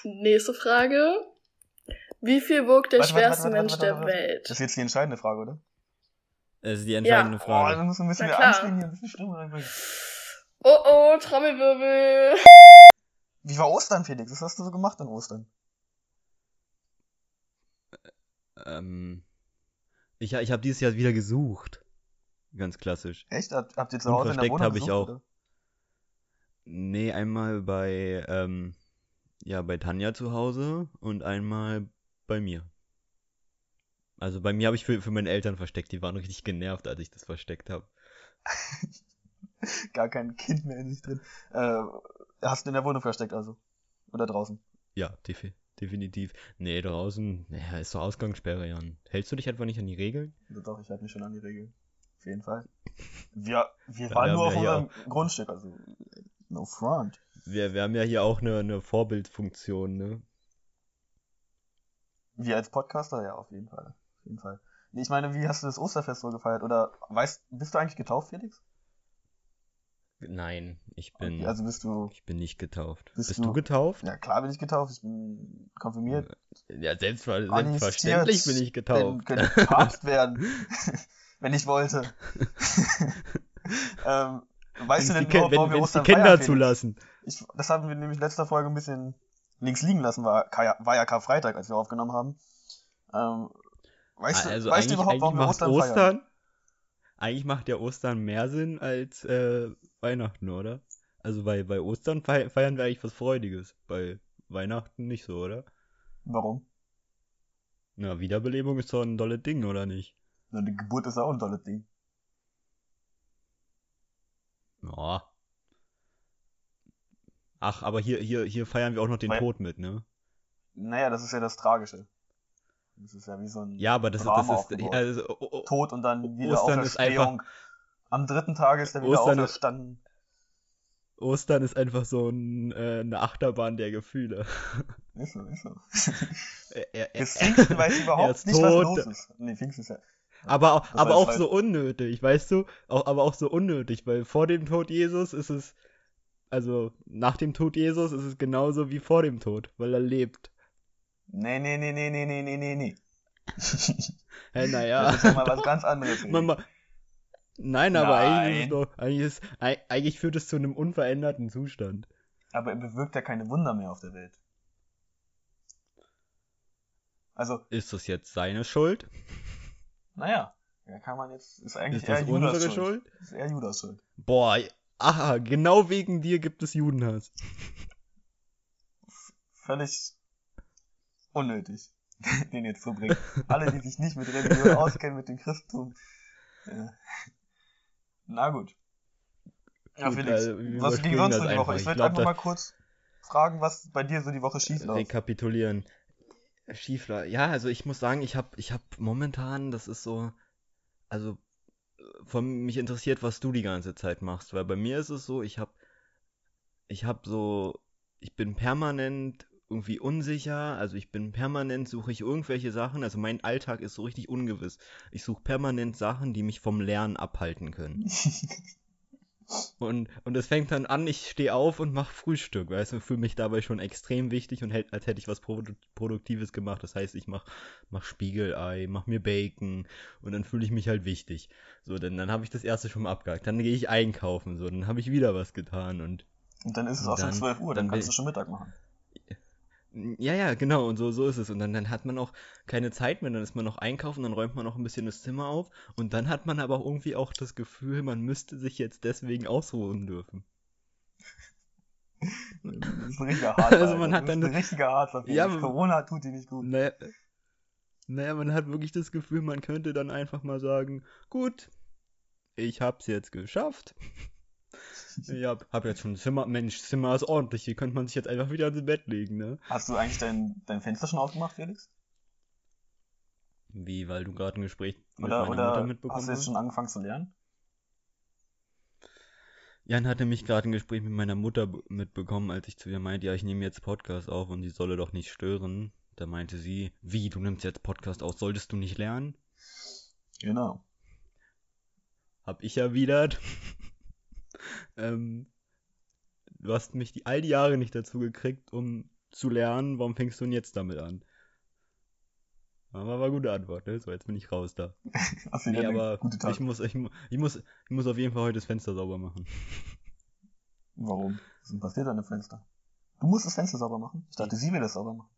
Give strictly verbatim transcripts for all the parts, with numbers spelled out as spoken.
Nächste Frage. Wie viel wog der Warte, warte, schwerste warte, Mensch warte, warte, der warte. Welt? Das ist jetzt die entscheidende Frage, oder? Das ist die entscheidende Ja. Oh, Frage. dann müssen wir ein bisschen Na mehr klar. anschwingen hier, ein bisschen Stimme reinbringen. Oh oh, Trommelwirbel. Wie war Ostern, Felix? Was hast du so gemacht an Ostern? Ähm, ich ich habe dieses Jahr wieder gesucht. Ganz klassisch. Echt? Habt, habt ihr zu Und Hause in der versteckt Wohnung habe ich gesucht, auch. oder? Nee, einmal bei, ähm, ja, bei Tanja zu Hause und einmal bei mir. Also bei mir habe ich für, für meine Eltern versteckt. Die waren richtig genervt, als ich das versteckt habe. Gar kein Kind mehr in sich drin. Äh, hast du in der Wohnung versteckt also? Oder draußen? Ja, defi definitiv. Nee, draußen, naja, ist so Ausgangssperre, Jan. Hältst du dich etwa nicht an die Regeln? Also doch, ich halte mich schon an die Regeln. Auf jeden Fall. Wir, wir Ja, waren wir nur haben auf ja hier unserem Grundstück, also no front. Wir, wir haben ja hier auch eine, eine Vorbildfunktion, ne? Wir als Podcaster, ja, auf jeden Fall. Auf jeden Fall. Nee, ich meine, wie hast du das Osterfest so gefeiert? Oder weißt, bist du eigentlich getauft, Felix? Nein, ich Okay, bin, also bist du, ich bin nicht getauft. bist Bist du, du getauft? ja klar bin ich getauft, ich bin konfirmiert, Ja, selbstver initiiert, selbstverständlich bin ich bin, getauft. könnte Papst werden, wenn ich wollte. ähm, weißt du Wenn's denn die, Ken- überhaupt, warum wenn wir wenn's die Ostern Kinder feiern, Felix? zulassen. Ich, das haben wir nämlich in letzter Folge ein bisschen links liegen lassen, war, war ja Karfreitag, als wir aufgenommen haben. Ähm, weißt du, Also weißt du eigentlich, überhaupt, eigentlich warum wir macht Ostern feiern? Ostern, eigentlich macht ja Ostern mehr Sinn als äh, Weihnachten, oder? Also bei, bei Ostern fei feiern wir eigentlich was Freudiges. Bei Weihnachten nicht so, oder? Warum? Na, Wiederbelebung ist doch ein dolles Ding, oder nicht? Na, die Geburt ist ja auch ein tolles Ding. Ja. Ach, aber hier, hier, hier feiern wir auch noch den Weil, Tod mit, ne? naja, das ist ja das Tragische. Das ist ja wie so ein Ja, aber das ist, Drama das ist, aufgebaut. also, o- o- Tod und dann wieder Ostern ist einfach, Auferstehung. Am dritten Tag ist er wieder Ostern, auferstanden. Ostern ist einfach so ein, äh, eine Achterbahn der Gefühle. Ist so, ist so. Er, er, er, Bis Pfingsten weiß ich er überhaupt ist nicht, was tot. los ist. Nee, Pfingsten ist ja... Aber, auch- Das war aber jetzt auch halt... so unnötig, weißt du? Auch, aber auch so unnötig, weil vor dem Tod Jesus ist es, also nach dem Tod Jesus ist es genauso wie vor dem Tod, weil er lebt. Nee, nee, nee, nee, nee, nee, nee, nee, nee. Hä, Das naja, ist ja mal was doch. ganz anderes, Man, Felix. ma- nein, aber eigentlich ist es Nein. doch, eigentlich, ist, eig- eigentlich führt es zu einem unveränderten Zustand. Aber er bewirkt ja keine Wunder mehr auf der Welt. Also, Ist das jetzt seine Schuld? naja, da kann man jetzt... Ist eigentlich Ist eher das Judas unsere Schuld. Schuld? Ist eher Judas Schuld. Boah, aha, genau wegen dir gibt es Judenhass. Völlig unnötig, den jetzt zu bringen. Alle, die sich nicht mit Religion auskennen, mit dem Christentum. Äh, na gut. Ja, Gut, Felix, also, wir was ging überspringen sonst das so die Woche? einfach. Ich Ich würde glaube, einfach mal kurz fragen, was bei dir so die Woche schief läuft. rekapitulieren. Schiefler. Ja, also ich muss sagen, ich habe ich hab momentan, das ist so, also von mich interessiert, was du die ganze Zeit machst, weil bei mir ist es so, ich habe ich habe so, ich bin permanent irgendwie unsicher, also ich bin permanent, suche ich irgendwelche Sachen, also mein Alltag ist so richtig ungewiss. Ich suche permanent Sachen, die mich vom Lernen abhalten können. Und, und es fängt dann an, ich stehe auf und mache Frühstück, weißt du, fühle mich dabei schon extrem wichtig und hält, als hätte ich was Produ Produktives gemacht. Das heißt, ich mache mach Spiegelei, mache mir Bacon und dann fühle ich mich halt wichtig. So, dann, dann habe ich das erste schon mal abgehakt. Dann gehe ich einkaufen, so, dann habe ich wieder was getan und, Und dann ist es und auch schon dann, zwölf Uhr, dann dann kannst bin du schon Mittag machen. ja, ja, genau, und so, so ist es. Und dann, dann hat man auch keine Zeit mehr, dann ist man noch einkaufen, dann räumt man noch ein bisschen das Zimmer auf und dann hat man aber auch irgendwie auch das Gefühl, man müsste sich jetzt deswegen ausruhen dürfen. Das ist ein richtiger Harzer, Also man Alter. hat Du bist dann, ein richtiger Harzer, Felix. ja, Corona tut dir nicht gut. naja, naja, man hat wirklich das Gefühl, man könnte dann einfach mal sagen, gut, ich hab's jetzt geschafft. Ich hab, hab jetzt schon ein Zimmer, Mensch, Zimmer ist ordentlich, hier könnte man sich jetzt einfach wieder ins Bett legen, ne? Hast du eigentlich dein, dein Fenster schon aufgemacht, Felix? Wie, weil du gerade ein Gespräch mit Oder, meiner Mutter oder hast mitbekommen du jetzt hast? schon angefangen zu lernen? Jan hatte mich gerade ein Gespräch mit meiner Mutter b- mitbekommen, als ich zu ihr meinte, ja, ich nehme jetzt Podcast auf und sie solle doch nicht stören. Da meinte sie, wie, du nimmst jetzt Podcast auf, solltest du nicht lernen? Genau. Hab ich erwidert. ähm, du hast mich die, all die Jahre nicht dazu gekriegt, um zu lernen, warum fängst du denn jetzt damit an? Aber war eine gute Antwort, ne? So, jetzt bin ich raus da. Auf Nee, jeden Fall aber gute Tat. ich muss, ich, mu- ich muss, ich muss auf jeden Fall heute das Fenster sauber machen. Warum? Was ist denn passiert an dem Fenster? Du musst das Fenster sauber machen? Ich dachte, sie will das sauber machen.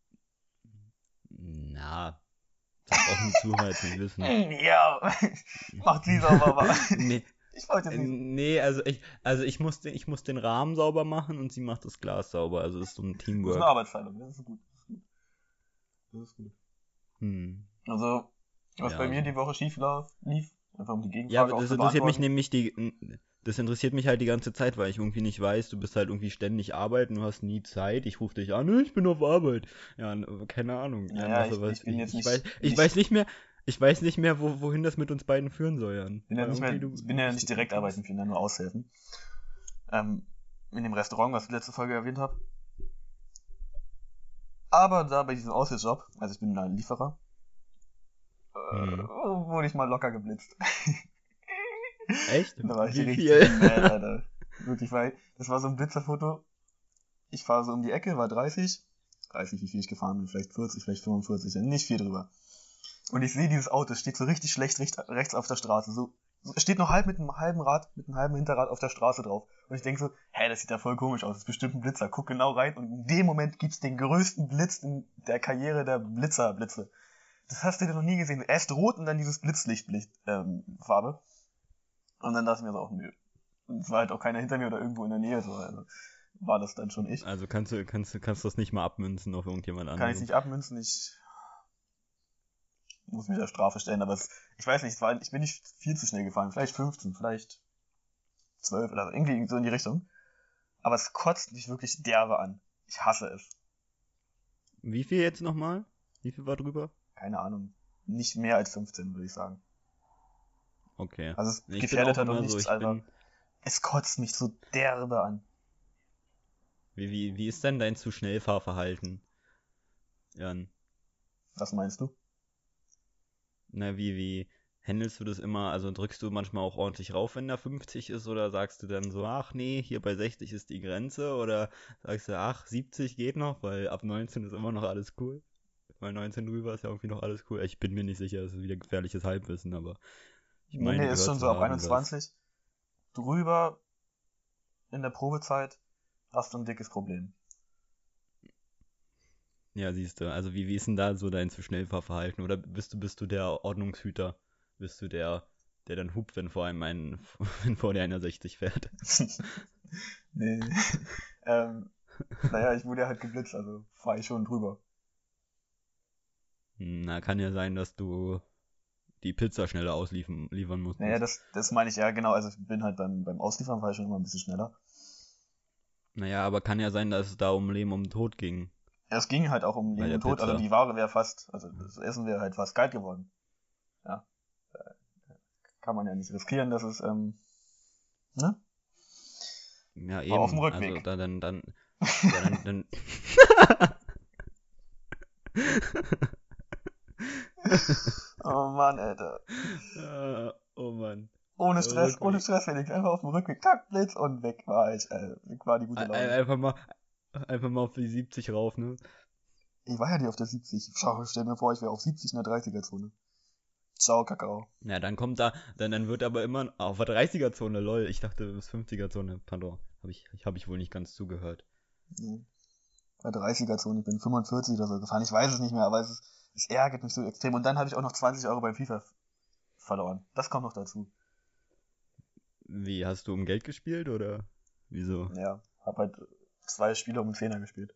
Na, das brauchen die Zuhörer jetzt nicht wissen. Ja, macht sie sauber, aber Nee, ich wollte äh, jetzt nicht. nee, also ich, also ich muss den, ich muss den Rahmen sauber machen und sie macht das Glas sauber. Also das ist so ein Das ist eine Teamwork. Arbeitsteilung, das ist gut. Das ist gut. Das ist gut. Hm. Also, was Ja, bei mir so. die Woche schief lau- lief, einfach um die Ja, Gegenfrage aber auch das zu interessiert mich beantworten. nämlich die, das interessiert mich halt die ganze Zeit, weil ich irgendwie nicht weiß, du bist halt irgendwie ständig arbeiten, du hast nie Zeit, ich rufe dich an, ich bin auf Arbeit. Ja, n- keine Ahnung. Ja, Naja, was, ich, was, ich bin ich, jetzt ich nicht, weiß, ich nicht, weiß nicht mehr, ich weiß nicht mehr, wo, wohin das mit uns beiden führen soll, Jan. bin ja Weil nicht mehr, irgendwie du, ich bin du ja bist, nicht direkt du arbeiten, bist, ich bin ja nur aushelfen. Ähm, in dem Restaurant, was ich letzte Folge erwähnt habe. Aber da bei diesem Aushilfsjob, also ich bin ein Lieferer, äh, hm. wurde ich mal locker geblitzt. Echt? Da war ich Wie richtig viel? mad, Alter. Wirklich, weil das war so ein Blitzerfoto. Ich fahre so um die Ecke, war dreißig. dreißig, wie viel ich gefahren bin, vielleicht vierzig, vielleicht fünfundvierzig, nicht viel drüber. Und ich sehe dieses Auto, es steht so richtig schlecht recht, rechts auf der Straße. So, so, es steht noch halb mit einem halben Rad, mit einem halben Hinterrad auf der Straße drauf. Und ich denke so, hä, das sieht ja voll komisch aus, das ist bestimmt ein Blitzer. Guck genau rein und in dem Moment gibt's den größten Blitz in der Karriere der Blitzerblitze. Das hast du dir noch nie gesehen. Erst rot und dann dieses Blitzlichtfarbe. Ähm, Farbe. Und dann dachte ich mir so, auch nö. Und es war halt auch keiner hinter mir oder irgendwo in der Nähe, so, also war das dann schon ich. Also kannst du, kannst du, kannst du das nicht mal abmünzen auf irgendjemand Kann ich anderen? nicht abmünzen, ich muss mich der Strafe stellen, aber es, ich weiß nicht, es war, ich bin nicht viel zu schnell gefahren, vielleicht fünfzehn, vielleicht zwölf oder so, irgendwie so in die Richtung. Aber es kotzt mich wirklich derbe an. Ich hasse es. Wie viel jetzt nochmal? Wie viel war drüber? Keine Ahnung. Nicht mehr als fünfzehn, würde ich sagen. Okay. Also es Ich bin gefährdet auch halt um immer nichts, so, ich Alter. bin, Es kotzt mich so derbe an. wie, wie, wie ist denn dein zu schnell Fahrverhalten, Jan? Was meinst du? Na, wie, wie handelst du das immer? Also drückst du manchmal auch ordentlich rauf, wenn da fünfzig ist, oder sagst du dann so, ach nee, hier bei sechzig ist die Grenze, oder sagst du, ach, siebzig geht noch, weil ab neunzehn ist immer noch alles cool? Weil neunzehn drüber ist ja irgendwie noch alles cool. Ich bin mir nicht sicher, das ist wieder gefährliches Halbwissen, aber ich Nee, meine nee, ist gehört schon zu so ab haben, dass, einundzwanzig. Drüber in der Probezeit hast du ein dickes Problem. ja, siehst du, also wie, wie ist denn da so dein zu schnell Fahrverhalten? Oder bist du, bist du der Ordnungshüter? Bist du der, der dann hupt, wenn vor einem ein, wenn vor dir einer sechzig fährt? Nee. ähm, naja, ich wurde ja halt geblitzt, also fahre ich schon drüber. Na, kann ja sein, dass du die Pizza schneller ausliefern liefern Naja, musstest. das, das meine ich ja genau, also ich bin halt beim, beim Ausliefern war ich schon immer ein bisschen schneller. Naja, aber kann ja sein, dass es da um Leben, um Tod ging. Ja, es ging halt auch um Bei Leben der und Tod, also Pizza. die Ware wäre fast, also das Essen wäre halt fast kalt geworden. Ja, kann man ja nicht riskieren, dass es, ähm, ne? Ja, War auf dem eben. Also Rückweg. da dann, dann, ja, dann, dann. Oh Mann, Alter. Ah, oh Mann. Ohne Stress, Rückweg. ohne Stress, Felix. Einfach auf dem Rückweg, tack, Blitz und weg war ich, äh, weg war die gute Ein- Laune. Einfach mal, einfach mal auf die siebzig rauf, ne? Ich war ja nicht auf der siebzig. Schau, stell mir vor, ich wäre auf siebzig in der dreißiger-Zone. Ciao, Kakao. Ja, dann kommt da, dann, dann wird aber immer auf der dreißiger-Zone, lol. Ich dachte, du bist fünfziger-Zone, pardon. Hab ich, ich, hab ich wohl nicht ganz zugehört. Nee. Bei dreißiger-Zone, ich bin fünfundvierzig oder so gefahren. Ich weiß es nicht mehr, aber es, ist, es ärgert mich so extrem. Und dann habe ich auch noch zwanzig Euro beim FIFA f- verloren. Das kommt noch dazu. Wie, hast du um Geld gespielt oder wieso? Ja, hab halt zwei Spiele um den Zehner gespielt.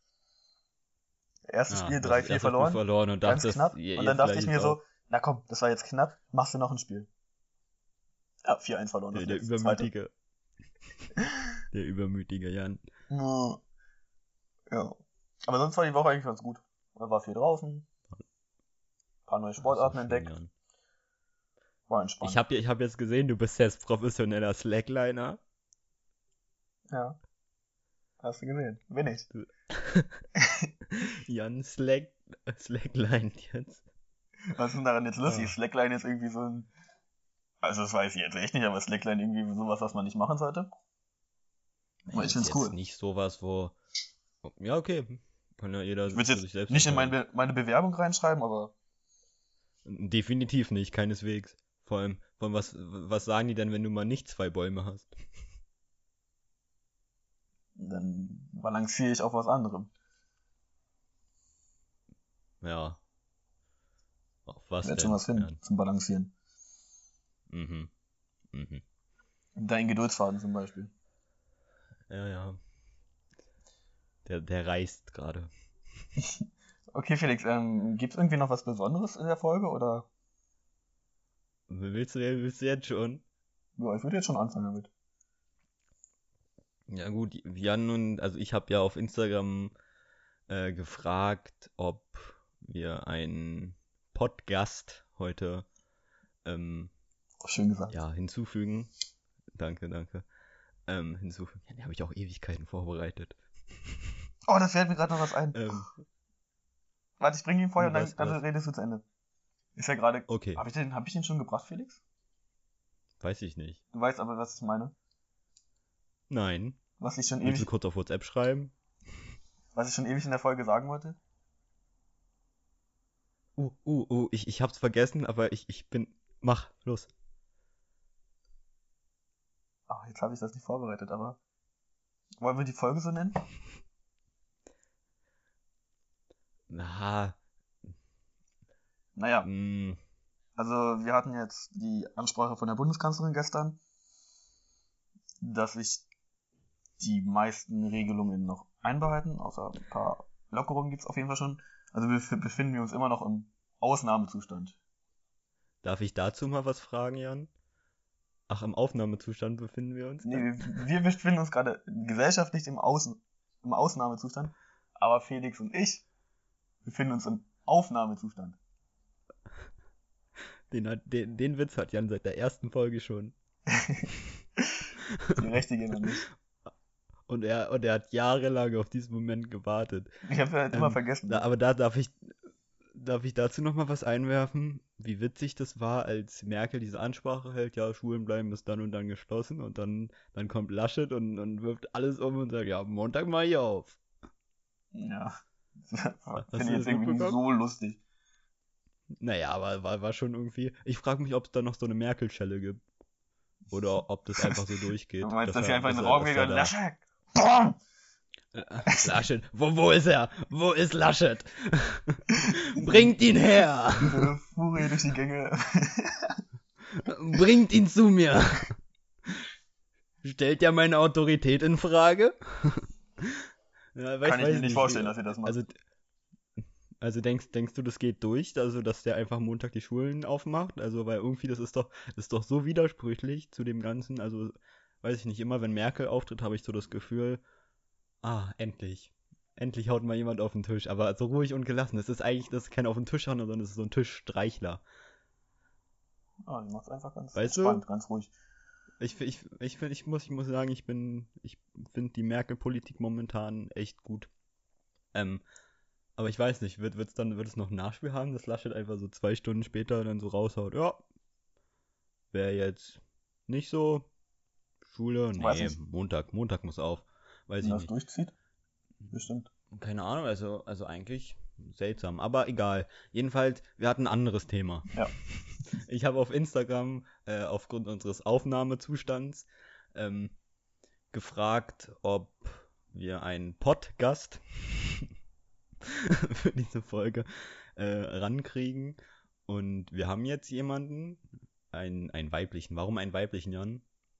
Erstes Ah, Spiel hast drei das vier erste Spiel verloren, verloren und ganz dachtest, knapp. ihr, Und ihr dann dachte vielleicht ich mir jetzt auch. so, na komm, das war jetzt knapp, machst du noch ein Spiel. Ja, vier eins verloren. Der, Das der letzte, zweite. übermütige. Der übermütige Jan. Ja. Ja. Aber sonst war die Woche eigentlich ganz gut. Da war viel draußen, ein paar neue Das ist Sportarten doch schön, entdeckt, Jan. war entspannt. Ich habe ich hab jetzt gesehen, du bist jetzt professioneller Slackliner. Ja, hast du gesehen. Bin ich. Du- Jan Slack, Slackline jetzt. Was ist denn daran jetzt lustig? Ah. Slackline ist irgendwie so ein... Also das weiß ich jetzt echt nicht, aber Slackline irgendwie sowas, was man nicht machen sollte. Aber ich Ist find's jetzt cool. nicht sowas, wo. Ja, okay. Kann ja jeder Ich würde für jetzt sich selbst nicht in entscheiden. meine, Be meine Bewerbung reinschreiben, aber Definitiv nicht, keineswegs. Vor allem, vor allem was, was sagen die denn, wenn du mal nicht zwei Bäume hast? dann balanciere ich auf was anderem. Ja, auf was Ich werde schon denn? was finden Ja. zum Balancieren. Mhm. Mhm. Dein Geduldsfaden zum Beispiel. Ja, ja. Der, der reißt gerade. Okay, Felix, ähm, gibt es irgendwie noch was Besonderes in der Folge oder? Willst du, willst du jetzt schon? Ja, ich würde jetzt schon anfangen damit. Ja gut, wir haben nun, also ich habe ja auf Instagram äh, gefragt, ob wir einen Podcast heute ähm, Oh, schön gesagt. ja, hinzufügen. Danke, danke. Ähm, hinzufügen. Ja, den habe ich auch Ewigkeiten vorbereitet. Oh, das fällt mir gerade noch was ein. Ähm, Warte, ich bringe ihn vorher und dann, was, dann was? redest du zu Ende. Ist ja gerade. Okay, Habe ich, den- hab ich den schon gebracht, Felix? weiß ich nicht. Du weißt aber, was ich meine. Nein. Was ich schon Willst du ewig, kurz auf WhatsApp schreiben? was ich schon ewig in der Folge sagen wollte. Uh, uh, uh, ich, ich hab's vergessen, aber ich, ich bin. Mach, los. Ach, jetzt habe ich das nicht vorbereitet, aber. Wollen wir die Folge so nennen? Na, Naja, mh, also wir hatten jetzt die Ansprache von der Bundeskanzlerin gestern, dass sich die meisten Regelungen noch einbehalten, außer ein paar Lockerungen gibt es auf jeden Fall schon. Also wir f- befinden wir uns immer noch im Ausnahmezustand. darf ich dazu mal was fragen, Jan? Ach, im Aufnahmezustand befinden wir uns? Nee, dann? wir, wir befinden uns gerade gesellschaftlich im, Außen, im Ausnahmezustand, aber Felix und ich befinden uns im Aufnahmezustand. Den, hat, den, den Witz hat Jan seit der ersten Folge schon. Die Rechte gehen dann nicht. Und er, und er hat jahrelang auf diesen Moment gewartet. Ich habe halt immer Ähm, vergessen. da, aber da darf ich, darf ich dazu noch mal was einwerfen, wie witzig das war, als Merkel diese Ansprache hält, ja, Schulen bleiben bis dann und dann geschlossen und dann, dann kommt Laschet und, und wirft alles um und sagt, ja, Montag mach ich auf. Ja. Hast Finde ich du jetzt das irgendwie nicht mitbekommen? so lustig. Naja, aber war, war schon irgendwie. Ich frage mich, ob es da noch so eine Merkel-Schelle gibt. Oder ob das einfach so Du durchgeht. meinst, dass Dass sie er, einfach in dass den er, Raum dass geht er und da. Laschet! Bam! Äh, Laschet, wo, wo ist er? Wo ist Laschet? Bringt ihn her! So eine Furie durch die Gänge. Bringt ihn zu mir! Stellt ja meine Autorität in Frage? Ja, aber Kann ich weiß mir nicht vorstellen, dass ihr das macht. Also, also denkst, denkst du, das geht durch? Also, dass der einfach Montag die Schulen aufmacht? Also, weil irgendwie, das ist doch, das ist doch so widersprüchlich zu dem Ganzen. Also, weiß ich nicht, immer wenn Merkel auftritt, habe ich so das Gefühl, ah, endlich. Endlich haut mal jemand auf den Tisch. Aber so ruhig und gelassen. Das ist eigentlich, das ist kein auf den Tisch hauen, sondern das ist so ein Tischstreichler. Ah, die macht's einfach ganz Weißt du? entspannt, ganz ruhig. Ich, ich, ich, find, ich, muss, ich muss sagen, ich bin, ich finde die Merkel-Politik momentan echt gut. Ähm, aber ich weiß nicht, wird es dann, wird es noch ein Nachspiel haben, dass Laschet einfach so zwei Stunden später dann so raushaut, ja, wäre jetzt nicht so, Schule, Weiß nee, nicht. Montag, Montag muss auf, weiß Wenn ich das nicht. durchzieht, bestimmt. Keine Ahnung, also, also eigentlich seltsam, aber egal. Jedenfalls, wir hatten ein anderes Thema. Ja. Ich habe auf Instagram, äh, aufgrund unseres Aufnahmezustands, ähm, gefragt, ob wir einen Podcast für diese Folge äh, rankriegen. Und wir haben jetzt jemanden, einen, einen weiblichen. Warum einen weiblichen, Jan?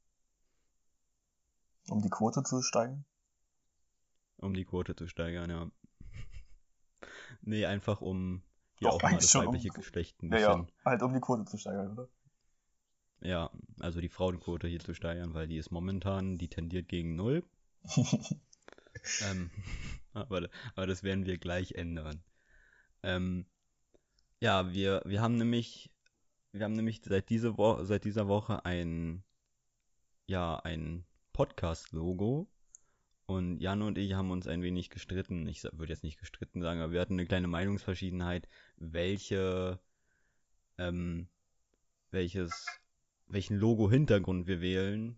Um die Quote zu steigen. Um die Quote zu steigern, ja. Nee, einfach um hier Doch, auch mal eigentlich das schon, weibliche um, Geschlecht ein ja, bisschen. ja, halt um die Quote zu steigern, oder? Ja, also die Frauenquote hier zu steigern, weil die ist momentan, die tendiert gegen null. ähm, aber, aber das werden wir gleich ändern. Ähm, ja, wir, wir haben nämlich, wir haben nämlich seit diese Wo seit dieser Woche ein, ja, ein Podcast-Logo. Und Jan und ich haben uns ein wenig gestritten. Ich würde jetzt nicht gestritten sagen, aber wir hatten eine kleine Meinungsverschiedenheit, welche, ähm, welches, welchen Logo-Hintergrund wir wählen.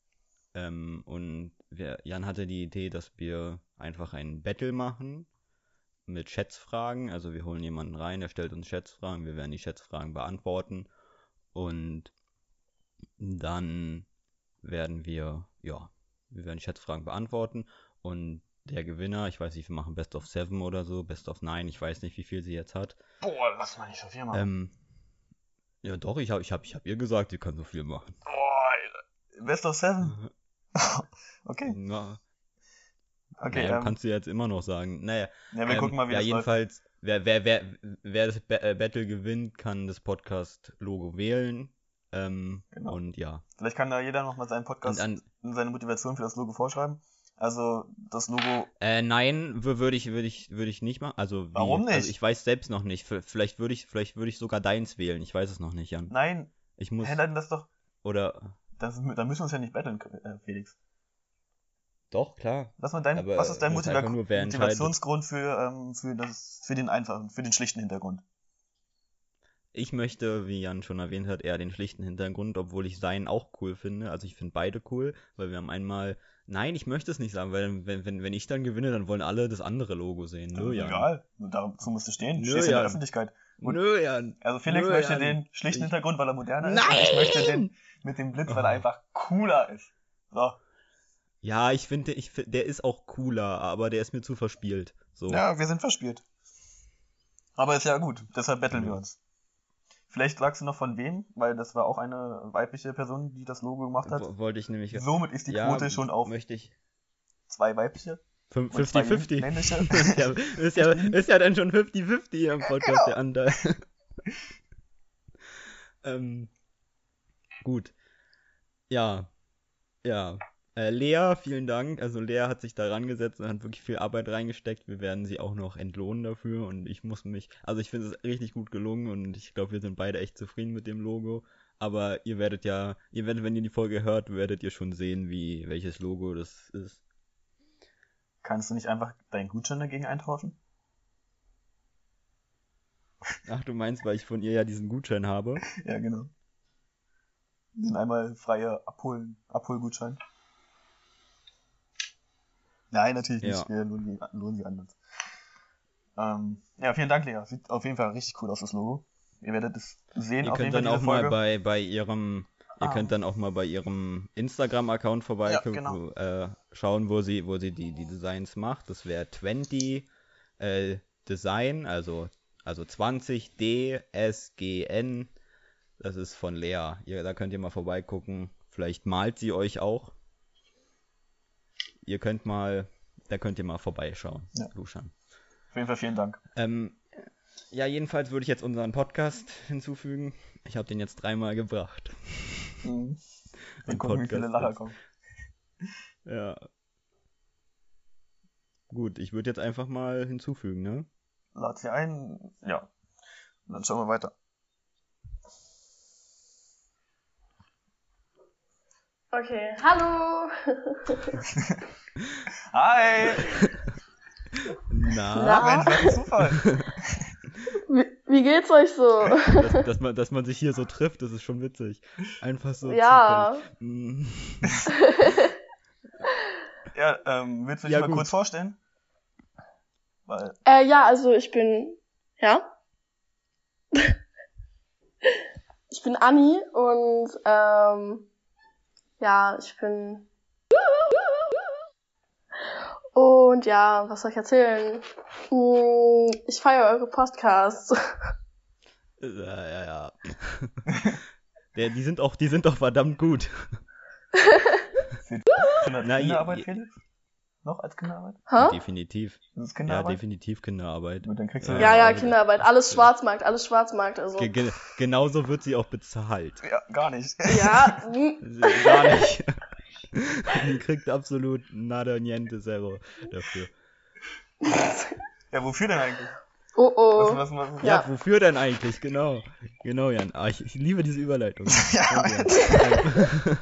Ähm, und wir, Jan hatte die Idee, dass wir einfach ein Battle machen. mit Schätzfragen. Also wir holen jemanden rein, der stellt uns Schätzfragen, wir werden die Schätzfragen beantworten und dann werden wir, ja, wir werden die Schätzfragen beantworten und der Gewinner, ich weiß nicht, wir machen Best of Seven oder so, Best of Nine, ich weiß nicht, wie viel sie jetzt hat. Boah, lass mal nicht so viel machen. Ähm, ja doch, ich habe ich hab, ich hab ihr gesagt, sie kann so viel machen. Boah, Best of Seven? Okay. Na, Okay, naja, ähm, kannst du jetzt immer noch sagen. Naja, ja, wir ähm, gucken mal, wie ja, das läuft. jedenfalls, wer, wer, wer, wer das Ba- äh, Battle gewinnt, kann das Podcast-Logo wählen. Ähm, Genau. Und ja. Vielleicht kann da jeder nochmal seinen Und Podcast an, und seine Motivation für das Logo vorschreiben. Also, das Logo, äh, nein, wür- würde ich, würde ich, würde ich nicht machen. Also wie? warum Also nicht? ich weiß selbst noch nicht. V- Vielleicht würde ich, vielleicht würde ich sogar deins wählen. Ich weiß es noch nicht, Jan. Nein, Ich muss, hä, dann das doch, oder, das, ist- da müssen wir uns ja nicht battlen, äh, Felix. doch, klar. Lass mal dein, Aber was ist dein das ist Motiva einfach nur, wer entscheidet. Motivationsgrund für, ähm, für das, für den einfachen, für den schlichten Hintergrund? Ich möchte, wie Jan schon erwähnt hat, eher den schlichten Hintergrund, obwohl ich seinen auch cool finde. Also ich finde beide cool, weil wir haben einmal. Nein, ich möchte es nicht sagen, weil wenn, wenn, wenn ich dann gewinne, dann wollen alle das andere Logo sehen. Das Nö, ist Jan. egal, dazu musst du stehen, du Nö, stehst in der Jan. Öffentlichkeit. Und- Nö, Jan. Also Felix Nö, möchte Jan. den schlichten Ich- Hintergrund, weil er moderner ist. Und ich möchte den mit dem Blitz, weil er Oh. einfach cooler ist. So. Ja, ich finde, ich, fi- der ist auch cooler, aber der ist mir zu verspielt. So. Ja, wir sind verspielt. Aber ist ja gut, deshalb betteln Ja. wir uns. Vielleicht sagst du noch von wem, weil das war auch eine weibliche Person, die das Logo gemacht hat. Wo- Wollte ich nämlich. Somit ist die ja, Quote schon auf Möchte ich. zwei weibliche. Fün- Und zwei fünfzig fünfzig. männliche. ist, ja, ist, ja, ist ja dann schon fünfzig fünfzig am Podcast, Genau. der Anteil. ähm, gut. Ja. Ja. Äh, Lea, vielen Dank. Also Lea hat sich da rangesetzt und hat wirklich viel Arbeit reingesteckt. Wir werden sie auch noch entlohnen dafür und ich muss mich, also ich finde es richtig gut gelungen und ich glaube, wir sind beide echt zufrieden mit dem Logo. Aber ihr werdet ja, ihr werdet, wenn ihr die Folge hört, werdet ihr schon sehen, wie, welches Logo das ist. Kannst du nicht einfach deinen Gutschein dagegen eintauschen? Ach, du meinst, weil ich von ihr ja diesen Gutschein habe? Ja, genau. Den einmal freie Abholen, Abholgutschein. Nein, natürlich nicht. Ja. Wir lohnen die, lohnen die anderen. Ähm, ja, vielen Dank, Lea. Sieht auf jeden Fall richtig cool aus, das Logo. Ihr werdet es sehen, Ihr auf jeden könnt Fall dann diese auch mal Folge. bei, bei ihrem, ihr Ah. könnt dann auch mal bei ihrem Instagram-Account vorbeigucken, Ja, genau. wo, äh, schauen, wo sie, wo sie die, die Designs macht. Das wäre zwanzig äh, Design, also, also zwanzig D S G N. Das ist von Lea. Ihr, da könnt ihr mal vorbeigucken. Vielleicht malt sie euch auch. Ihr könnt mal, da könnt ihr mal vorbeischauen, Ja. Luschan. Auf jeden Fall vielen Dank. Ähm, ja, jedenfalls würde ich jetzt unseren Podcast hinzufügen. Ich habe den jetzt dreimal gebracht. Mhm. Wir Ein gucken, wie viele Podcast Lacher jetzt. kommen. Ja. Gut, ich würde jetzt einfach mal hinzufügen, ne? Lad sie ein. Ja. Und dann schauen wir weiter. Okay, hallo. Hi! Na, Na? Mensch, was ein Zufall. Wie, wie geht's euch so? dass, dass, man, dass man sich hier so trifft, das ist schon witzig. Einfach so Ja. zufällig. Mm. Ja, ähm, willst du dich Ja, mal gut. kurz vorstellen? Weil, Äh, ja, also ich bin, ja. Ich bin Anni und, ähm, ja, ich bin, und ja, was soll ich erzählen? Hm, Ich feiere eure Podcasts. Ja, ja, ja. Der, die sind auch, die sind auch verdammt gut. zählt schon als Na, Kinderarbeit, je- Felix? Noch als Kinderarbeit? Hä? Definitiv. Das ist Ja, Kinderarbeit? definitiv Kinderarbeit. Gut, dann kriegst du Ja, Ja, ja, aber- Kinderarbeit, alles Schwarzmarkt, alles Schwarzmarkt, also. Ge ge genauso wird sie auch bezahlt. Ja, gar nicht. Ja, hm, Gar nicht. Die kriegt absolut nada niente zero dafür. Ja, wofür denn eigentlich? oh oh. Was, was, was, Ja, Ja. wofür denn eigentlich? Genau. Genau, Jan. Ah, ich, ich liebe diese Überleitung. Ja, Danke, Jan.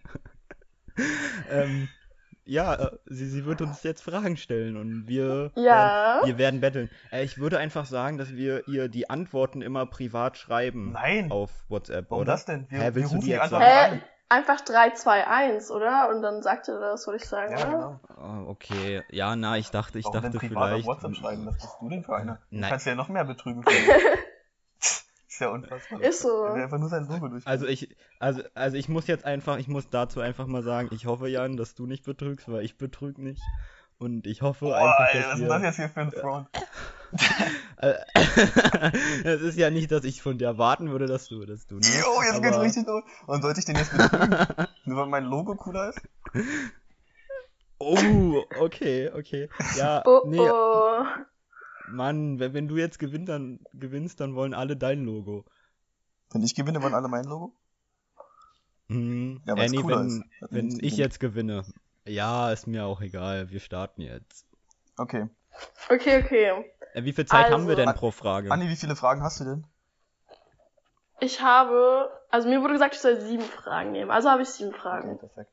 ähm, ja, äh, sie, sie wird uns jetzt Fragen stellen und wir, Ja. werden, wir werden betteln. Äh, ich würde einfach sagen, dass wir ihr die Antworten immer privat schreiben Nein. auf WhatsApp, Warum oder? das denn? Wir, Hä, wir willst du rufen die die jetzt Antwort sagen? Hä? rein. einfach drei, zwei, eins, oder? Und dann sagt er das, würde ich sagen, Ja, oder? genau. Ah, okay, ja, na, ich dachte, ich Warum denn dachte privat auf vielleicht. WhatsApp schreiben? Was bist du denn für einer? Du Nein. kannst ja noch mehr betrügen. Ist ja unfassbar. Ist so. Er will einfach nur sein Logo durchgehen. Also ich, also, also ich muss jetzt einfach, ich muss dazu einfach mal sagen, ich hoffe, Jan, dass du nicht betrügst, weil ich betrüge nicht. Und ich hoffe Boah, einfach, ey, dass was ist wir... das jetzt hier für ein Front? Es ist ja nicht, dass ich von dir erwarten würde, dass du, dass du, ne? Jo, jetzt geht's Aber- richtig los. Und sollte ich den jetzt betrügen? Nur weil mein Logo cooler ist? Oh, okay, okay. Ja, Oh, nee, oh. Mann, wenn, wenn du jetzt gewinnst, dann gewinnst, dann wollen alle dein Logo. Wenn ich gewinne, wollen alle mein Logo? Hm, Ja, weil's Annie, cooler wenn, ist. Hat wenn nichts ich mit dem- jetzt gewinne. Ja, ist mir auch egal. Wir starten jetzt. Okay. Okay, okay. Äh, wie viel Zeit haben wir Also- denn pro Frage? Anni, wie viele Fragen hast du denn? Ich habe, also mir wurde gesagt, ich soll sieben Fragen nehmen. Also habe ich sieben Okay, Fragen. perfekt.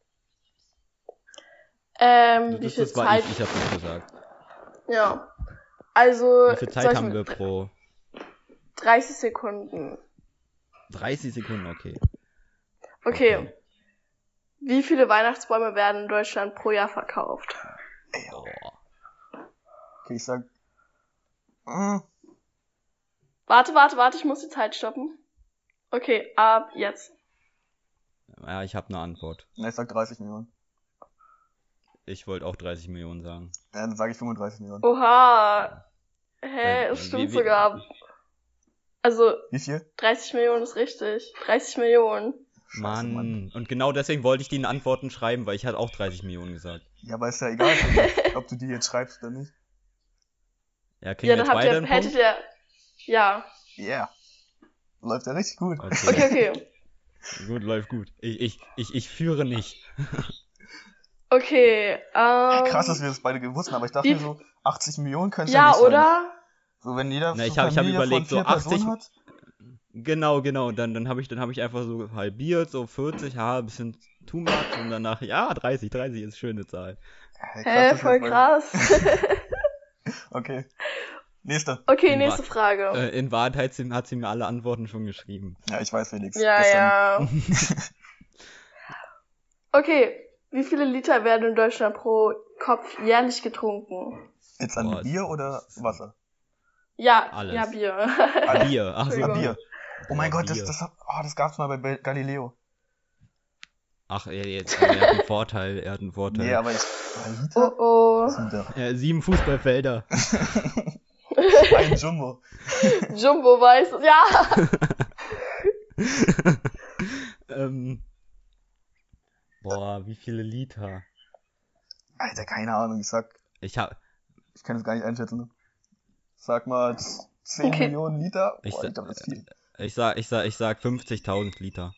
Ähm, wie Das, viel das war Zeit? ich, ich hab das gesagt. Ja. Also, Wie viel soll Zeit ich haben mit- wir pro? dreißig Sekunden. dreißig Sekunden, okay. Okay. Okay. Wie viele Weihnachtsbäume werden in Deutschland pro Jahr verkauft? Boah. Okay, ich sag. Mm, Warte, warte, warte, ich muss die Zeit stoppen. Okay, ab jetzt. Ja, ich habe eine Antwort. ne, ich sag dreißig Millionen. Ich wollte auch dreißig Millionen sagen. Ja, dann sage ich fünfunddreißig Millionen. Oha. Hä, Äh, es stimmt wie- wie- sogar. Also, Wie viel? dreißig Millionen ist richtig. dreißig Millionen. Scheiße, Mann. Mann. Und genau deswegen wollte ich die in Antworten schreiben, weil ich hatte auch dreißig Millionen gesagt. Ja, aber ist ja egal, für mich, ob du die jetzt schreibst oder nicht. Ja, kriegen Ja, wir dann jetzt habt beide ihr, einen hättet Punkt? ihr, ja. Yeah. Läuft ja richtig gut. Okay. Okay, okay. Gut, läuft gut. Ich, ich, ich, ich führe nicht. Okay, ähm. Krass, dass wir das beide gewusst haben, aber ich dachte wie- mir so, achtzig Millionen könnte ja Ja, nicht sein. oder? So, wenn jeder Na, ich so hab- ich hab Familie überlegt, von vier so achtzig Personen hat. Genau, genau. Dann, dann habe ich, dann hab ich einfach so halbiert, so vierzig, ja, ein bisschen too much. Und danach, ja, dreißig, dreißig ist eine schöne Zahl. Hey, Hä, dass wir voll das krass. beide- Okay. Nächste. Okay, In nächste Wahr- Frage. Äh, in Wahrheit hat sie, hat sie mir alle Antworten schon geschrieben. Ja, ich weiß, Felix. Ja, Gestern- ja. Okay, wie viele Liter werden in Deutschland pro Kopf jährlich getrunken? Jetzt an Boah, Bier ist- oder Wasser? Ja, Alles. ja, Bier. Ah, Bier, ach so. Ah, Entschuldigung. Bier. Oh mein Boah, Gott, das, Bier. das, oh, das gab's mal bei Be- Galileo. Ach, er, jetzt, er hat einen Vorteil, er hat einen Vorteil. Nee, aber ich. Ah, Oh, Liter? oh. Was sind da? Äh, sieben Fußballfelder. Ein Jumbo. Jumbo weiß es. Ja. ähm, boah, wie viele Liter? Alter, keine Ahnung. Ich sag, Ich hab, ich kann es gar nicht einschätzen. Sag mal z- zehn Okay. Millionen Liter. Ich Boah, sa- ich glaube, das ist viel. ich sag, ich sag, ich sag fünfzigtausend Liter.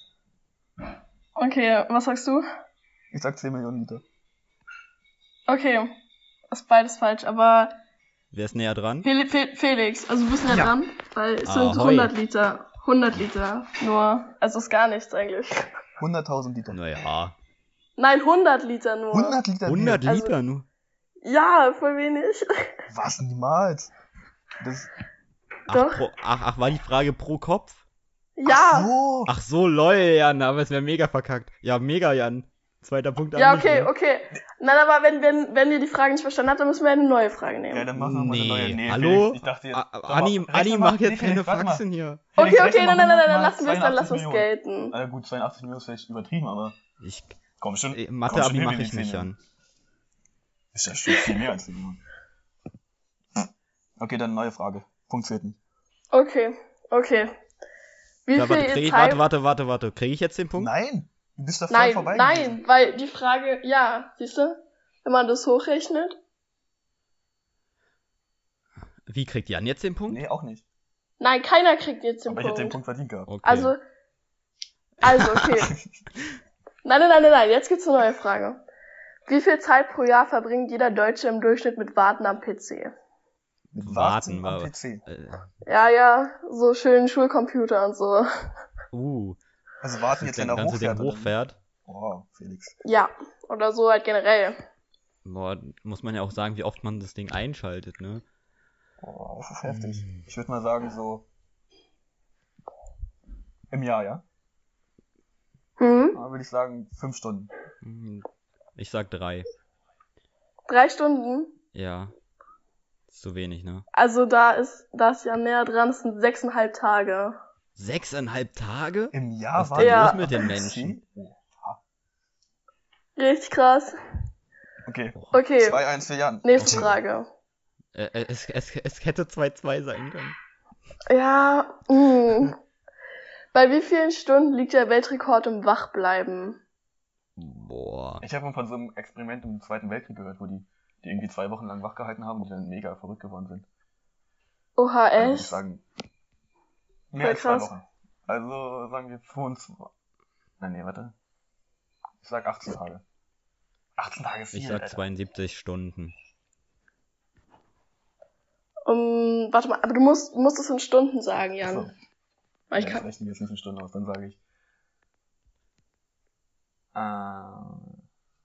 Okay, was sagst du? Ich sag zehn Millionen Liter. Okay, ist beides falsch, aber Wer ist näher dran? Fel Fel Felix, also du bist ja, Ja. dran, weil es sind Ahoi. hundert Liter. hundert Liter nur. Also ist gar nichts eigentlich. hunderttausend Liter. Naja, Nein, hundert Liter nur. hundert Liter hundert Bier. Also- Liter nur. Ja, voll wenig. Was? Niemals. Das, Ach, Doch. pro, ach, ach, war die Frage pro Kopf? Ja. so. Ach so, lol, Jan, aber es wäre mega verkackt. Ja, mega, Jan. Zweiter Punkt an Ja, mich, okay, ne? okay. Nein, aber wenn, wenn, wenn ihr die Frage nicht verstanden habt, dann müssen wir eine neue Frage nehmen. Ja, dann machen wir mal eine Nee, neue. Nee, hallo? Felix, ich dachte jetzt. A- Sag mal, Anni, rechne Anni, mal- mach jetzt nee, keine Felix, warte mal. Faxen hier. okay, Felix, okay, rechne nein, mal nein, nein, dann hundert lassen wir es, dann mal lassen wir es zweiundachtzig gelten. Ah, ja, gut, zweiundachtzig Millionen ist vielleicht übertrieben, aber Ich, komm schon. äh, komm Mathe-Abi schon hin mache in die ich zehn nicht, Millionen. Jan. Ist ja schon viel mehr als zehn Millionen. Okay, dann neue Frage. Funktioniert nicht. Okay, okay. Wie Ja, viel warte, krieg ich, Zeit... warte, warte, warte, warte. Kriege ich jetzt den Punkt? Nein, du bist da voll Nein, vorbei. nein, weil die Frage, ja, siehst du, wenn man das hochrechnet. Wie kriegt Jan jetzt den Punkt? Nee, auch nicht. Nein, keiner kriegt jetzt den Aber ich hätte den Punkt. Punkt verdient gehabt. Okay. Also, also, okay. Nein, nein, nein, nein, nein, jetzt gibt's eine neue Frage. Wie viel Zeit pro Jahr verbringt jeder Deutsche im Durchschnitt mit Warten am P C? Mit Warten Warten war- am P C. äh, Ja, ja, so schön Schulcomputer und so. uh, Also warten jetzt, wenn er wenn das Ding hochfährt. oder wie? hochfährt. Oh, Felix. Ja, oder so halt generell. Boah, muss man ja auch sagen, wie oft man das Ding einschaltet, ne? Oh, das ist heftig. Hm. Ich würde mal sagen, so im Jahr, ja? Mhm. Da würde ich sagen, fünf Stunden. Hm, Ich sag drei. Drei Stunden? Ja. Ist zu wenig, ne? Also da ist das ja näher dran, das sind sechseinhalb Tage. Sechseinhalb Tage? Im Jahr Was war ist denn Ja. los mit den Menschen? Richtig krass. Okay, Okay, zwei eins für Jan. nächste Frage. Äh, äh, es, es, es hätte zwei zwei sein können. Ja, mh. Bei wie vielen Stunden liegt der Weltrekord im Wachbleiben? Boah. Ich habe mal von so einem Experiment im Zweiten Weltkrieg gehört, wo die, die irgendwie zwei Wochen lang wach gehalten haben und die dann mega verrückt geworden sind. Oha, Also würde ich echt? sagen, mehr Voll als zwei krass. Wochen. Also sagen wir fünfundzwanzig. Nein, nee, warte. Ich sag achtzehn Tage. achtzehn Tage ist viel, Ich sag Alter. zweiundsiebzig Stunden. Um, warte mal, aber du musst, musst es in Stunden sagen, Jan. Achso, Weil ich ja, ich kann, rechne jetzt nicht in Stunden aus, dann sage ich äh,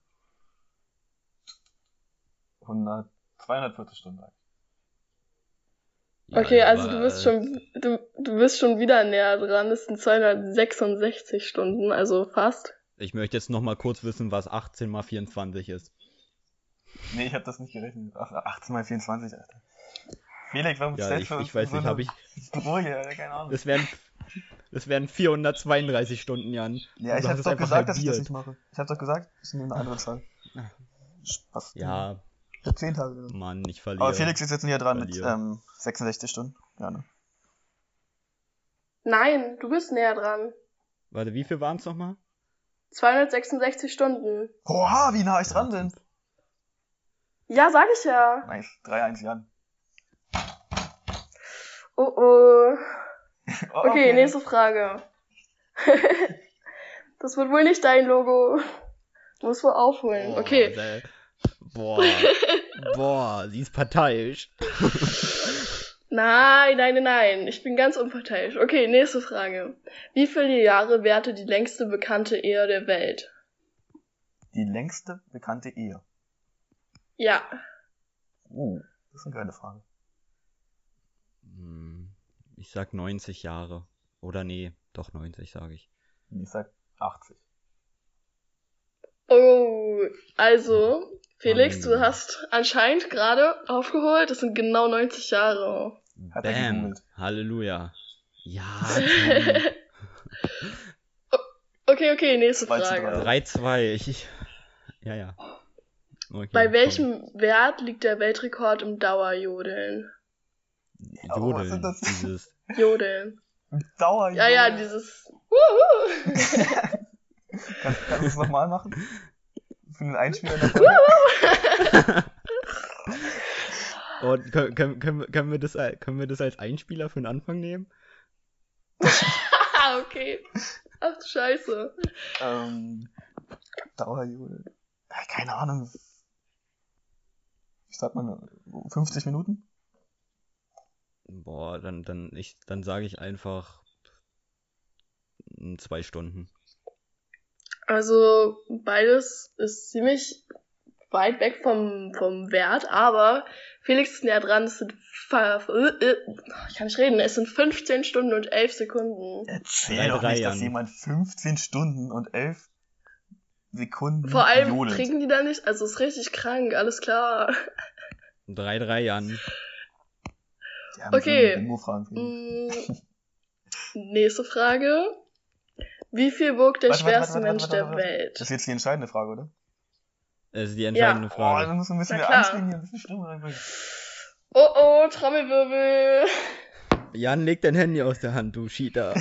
hundert, zweihundertvierzig Stunden. Sag ich. Ja, okay, also aber, du bist äh, schon, du, du bist schon wieder näher dran. Das sind zweihundertsechsundsechzig Stunden, also fast. Ich möchte jetzt noch mal kurz wissen, was achtzehn mal vierundzwanzig ist. Nee, ich habe das nicht gerechnet. Ach, achtzehn mal vierundzwanzig, Alter. Felix, warum Ja, stellst ich, du uns ich weiß so nicht, eine habe ich. Brüche, Alter, keine Ahnung. Das wären, das wären vierhundertzweiunddreißig Stunden, Jan. Ja, Und ich du hab hast doch es einfach gesagt, dass ich das halbiert. nicht mache. Ich hab doch gesagt, ich nehme eine andere Zahl. Spaß. Ja, Ich hab zehn Tage genommen. Mann, ich verliere. Aber Felix ist jetzt näher dran mit Verliere. ähm, sechsundsechzig Stunden. Ja, ne? Nein, du bist näher dran. Warte, wie viel waren es nochmal? zweihundertsechsundsechzig Stunden. Oha, wie nah ich dran bin. Ja, sag ich ja. Nice, drei eins Jan. Oh oh. Oh, Okay, nächste Frage. Das wird wohl nicht dein Logo. Du musst wohl aufholen. Boah, Okay. der- Boah, boah, sie ist parteiisch. Nein, nein, nein, nein. Ich bin ganz unparteiisch. Okay, nächste Frage. Wie viele Jahre währte die längste bekannte Ehe der Welt? Die längste bekannte Ehe. Ja. Oh, das ist eine geile Frage. Hm, Ich sag neunzig Jahre. Oder nee, doch neunzig sage ich. Ich sag achtzig. Oh, also, Felix, Mann. du hast anscheinend gerade aufgeholt. Das sind genau neunzig Jahre. Hat er Bam, gegoogelt. Halleluja. Ja, komm. Okay, okay, nächste zwei zu Frage. drei. drei zwei. Ich, ich, ja, ja. Okay, Bei komm. welchem Wert liegt der Weltrekord im Dauerjodeln? Oh, was Jodeln, sind das? dieses. Jodeln. Dauer. Ja, ja, dieses. Wuhu. Kannst, kannst du es nochmal machen? Für den Einspieler in der Folge? Und können, können, können, wir- können, wir das, al- können wir das als Einspieler für den Anfang nehmen? Okay. Ach du Scheiße. ähm, Dauerjule. Ja, keine Ahnung. Ich sag mal fünfzig Minuten? Boah, dann, dann, ich, dann sage ich einfach mm, zwei Stunden. Also beides ist ziemlich weit weg vom, vom Wert, aber Felix ist näher dran. Es sind fa- äh, äh, ich kann nicht reden. Es sind fünfzehn Stunden und elf Sekunden. Erzähl Drei, doch drei, nicht, dass Jan. jemand fünfzehn Stunden und elf Sekunden Vor allem jodelt. trinken die da nicht. Also ist richtig krank. Alles klar. drei drei, Jan. Die haben Okay. so Bingo-Fragen für dich. Mm, Nächste Frage. Wie viel wog der Warte, warte, schwerste warte, warte, Mensch warte, der warte. Welt? Das ist jetzt die entscheidende Frage, oder? Das ist die entscheidende Boah, Frage. dann müssen wir ein bisschen Na mehr klar. anstrengen hier, ein bisschen Stimme reinbringen. Oh oh, Trommelwirbel. Jan, leg dein Handy aus der Hand, du Cheater.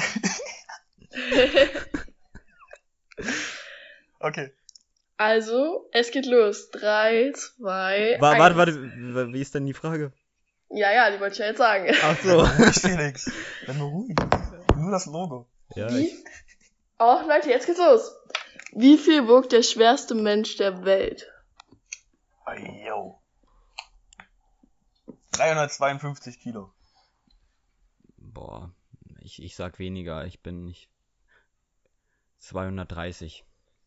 Okay. Also, es geht los. Drei, zwei, Wa- eins. Warte, warte, w- wie ist denn die Frage? Ja, ja, die wollte ich ja jetzt sagen. Ach so. Ruhig, Felix. Dann nur ruhig. Nur das Logo. Ja, ich, Wie? Oh, Leute, jetzt geht's los. Wie viel wog der schwerste Mensch der Welt? Oh, yo. dreihundertzweiundfünfzig Kilo. boah, ich, ich sag weniger, ich bin nicht zweihundertdreißig.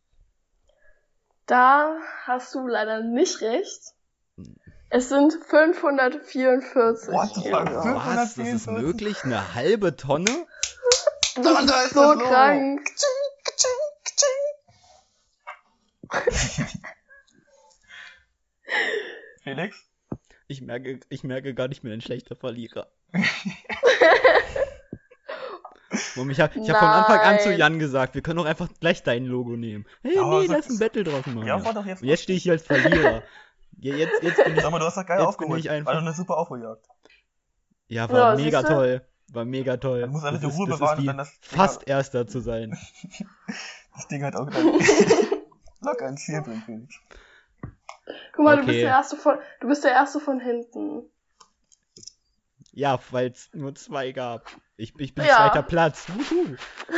Da hast du leider nicht recht. Es sind fünfhundertvierundvierzig. What the fuck? Kilo. Fünf- Was? Das ist fünfhundertvierundvierzig? möglich? Eine halbe Tonne? Das Da ist ist so das Logo. krank. Felix? Ich merke, ich merke gar nicht mehr, ein schlechter Verlierer. Mom, ich habe ich hab von Anfang an zu Nein. Jan gesagt, wir können doch einfach gleich dein Logo nehmen. Hey, Ja, aber nee, sag- lass ein Battle draus machen. Ja, war doch jetzt. Und jetzt stehe ich hier als Verlierer. Ja, jetzt, jetzt bin ich. Sag mal, du hast doch geil Jetzt bin aufgeholt. ich einfach- War doch eine super Aufholjagd. Ja, war Ja, mega siehste? toll. War mega toll. Man muss alle Das die ist- Ruhe das bewahren ist und wie dann das- fast Erster zu sein. Das Ding hat auch gleich locker ins Ziel bringen, Felix. Guck mal, du Okay. bist der Erste von, du bist der Erste von hinten. Ja, weil es nur zwei gab. Ich, ich bin Ja. zweiter Platz. Wuhu.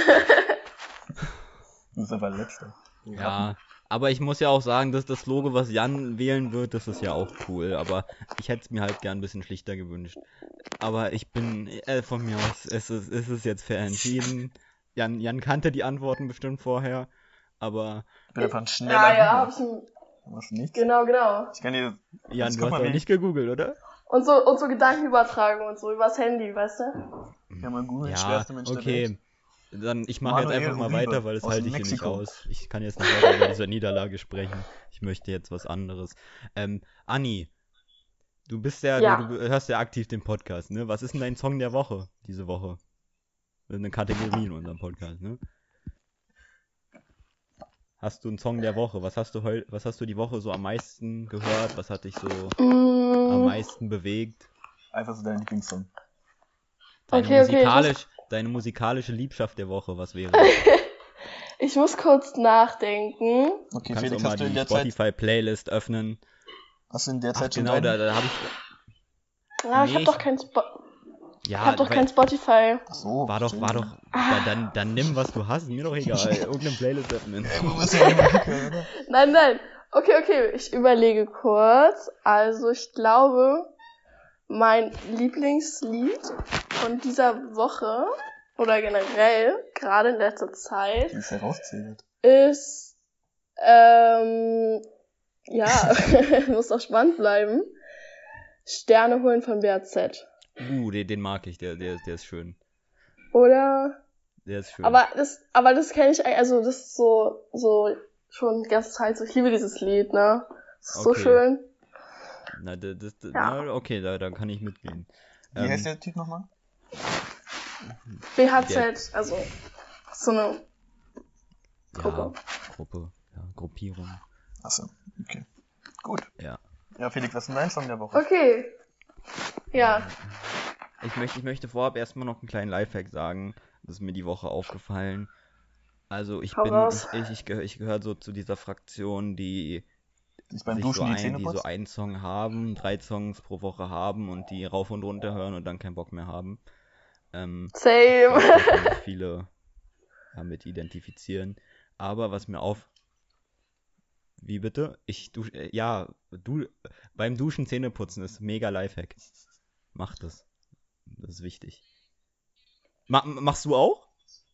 Du bist einfach letzter. Ja, aber ich muss ja auch sagen, dass das Logo, was Jan wählen wird, das ist ja auch cool. Aber ich hätte es mir halt gern ein bisschen schlichter gewünscht. Aber ich bin, äh, von mir aus, es ist, es ist jetzt fair entschieden. Jan, Jan kannte die Antworten bestimmt vorher. Aber Ich bin einfach ein schneller Ja, ja, hab Googler. ich ihm, Was nichts? genau, genau. Ich kann dir. Jan, Jetzt du guck hast mal, doch wie- nicht gegoogelt, oder? Und so, und so Gedankenübertragung und so übers Handy, weißt du? Ja, mal googeln, Ja, schwerste Mensch der Welt. okay. Dann, ich mache jetzt Manuel einfach mal Uribe weiter, weil das aus halte ich hier nicht Mexiko. aus. Ich kann jetzt nicht weiter über diese Niederlage sprechen. Ich möchte jetzt was anderes. Ähm, Anni, du bist ja, Ja. du, du hörst ja aktiv den Podcast, ne? Was ist denn dein Song der Woche, diese Woche? Das ist eine Kategorie in unserem Podcast, ne? Hast du einen Song der Woche? Was hast du heu, was hast du die Woche so am meisten gehört? Was hat dich so am Mm, meisten bewegt? Einfach so dein Lieblingssong. Deine Okay, okay, ich musikalisch, deine musikalische Liebschaft der Woche, was wäre? ich muss kurz nachdenken. Okay, Kannst Felix, du mal hast du in die der Zeit, Spotify-Playlist öffnen. hast du in der Ach, Zeit schon genau, da, deinen? da habe ich. Ja, ich Nee, hab doch ich- kein Spo ich Ja, hab doch weil- kein Spotify. Ach so. war doch, war stimmt. doch. Da, dann, dann nimm, was du hast, mir doch egal. Irgendeine Playlist öffnen. Ey, du bist ja ein Musiker, oder? Nein, nein. Okay, okay, ich überlege kurz. Also ich glaube, mein Lieblingslied von dieser Woche oder generell, gerade in letzter Zeit, Die ist herauszählt. ist, ähm, ja, muss auch spannend bleiben. Sterne holen von B R Z. Uh, den, den mag ich, der, der, der ist schön. Oder? Der ist schön. Aber das, aber das kenne ich eigentlich, also das ist so, so schon die ganze Zeit so. Ich liebe dieses Lied, ne? Das ist so Okay. schön. Na, das, das, das, Ja. na, okay, da, da kann ich mitgehen. Wie Ähm, heißt der Typ nochmal? B H Z, also so eine Gruppe. Ja, Gruppe, ja, Gruppierung. Achso, okay. Gut. Ja. Ja, Felix, was ist denn dein Song der Woche? Okay. Ja. Ich möchte, ich möchte vorab erstmal noch einen kleinen Lifehack sagen. Das ist mir die Woche aufgefallen. Also ich Hau bin, raus. ich, ich, ich, gehö- ich gehöre so zu dieser Fraktion, die Ich beim sich so, Duschen die ein, Zähne die so putzt? einen Song haben, drei Songs pro Woche haben und die rauf und runter hören und dann keinen Bock mehr haben. Ähm, ich Same. weiß, da können sich viele damit identifizieren. Aber was mir auf... Wie bitte? Ich dusch... äh, Ja, du... beim Duschen Zähne putzen ist mega Lifehack. Mach das. Das ist wichtig. Ma machst du auch?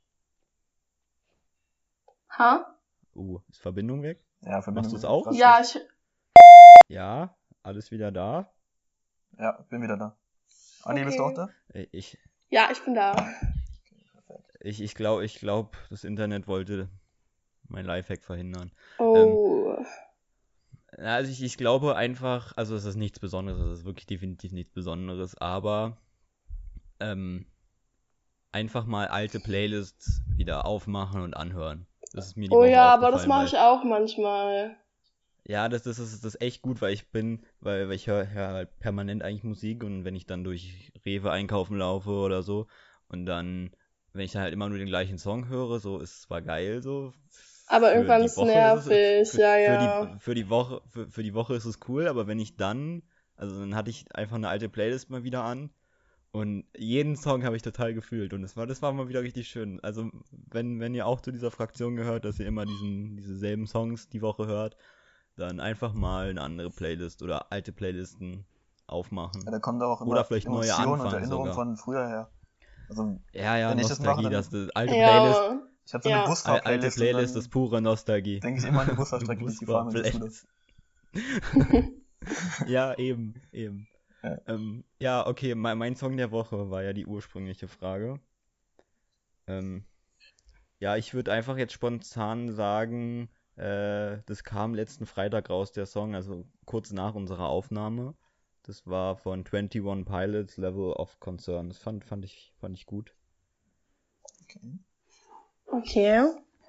Ha? Uh, ist Verbindung weg? Ja, Verbindung. Machst du's auch? Was Ja, ist ich. Ja, alles wieder da. das? Ja, bin wieder da. Anni, bist du Okay. auch da? Äh, Ich, Ja, ich bin da. ich, ich glaube, ich glaub, das Internet wollte mein Lifehack verhindern. Oh. Ja, Also ich, ich glaube einfach, also es ist nichts Besonderes, es ist wirklich definitiv nichts Besonderes, aber ähm, einfach mal alte Playlists wieder aufmachen und anhören. Das ist mir die Oh Woche ja, aber das aufgefallen, mache weil- ich auch manchmal. Ja, das, das, ist, das ist echt gut, weil ich bin, weil, weil ich höre hör halt permanent eigentlich Musik und wenn ich dann durch Rewe einkaufen laufe oder so und dann, wenn ich dann halt immer nur den gleichen Song höre, so ist zwar geil so. Aber für irgendwann die ist es Woche nervig, für, ja, für ja. Die, für die Woche, für, für die Woche ist es cool, aber wenn ich dann, also dann hatte ich einfach eine alte Playlist mal wieder an und jeden Song habe ich total gefühlt und das war, das war mal wieder richtig schön. Also wenn, wenn ihr auch zu dieser Fraktion gehört, dass ihr immer diesen, diese selben Songs die Woche hört, dann einfach mal eine andere Playlist oder alte Playlisten aufmachen. Ja, da kommt auch immer Oder vielleicht neue Emotionen und anfangen Erinnerungen sogar. von früher her. Also, Ja, ja, wenn ich das mache, Nostalgie, dann- das, das alte Playlist, Ja. ich habe so Ja. eine al- alte Busfahrplaylist. Playlist ist pure Nostalgie. denke ich immer an die Busfahrstrecke, die ich gefahren bin. Das ist Busfahrplaylist. Ja, eben, eben. Ja. Ähm, ja, okay, mein, mein Song der Woche war ja die ursprüngliche Frage. Ähm, ja, ich würde einfach jetzt spontan sagen, Äh, das kam letzten Freitag raus, der Song, also kurz nach unserer Aufnahme. Das war von twenty one Pilots, Level of Concern. Das fand, fand, ich, fand ich gut. Okay. Okay.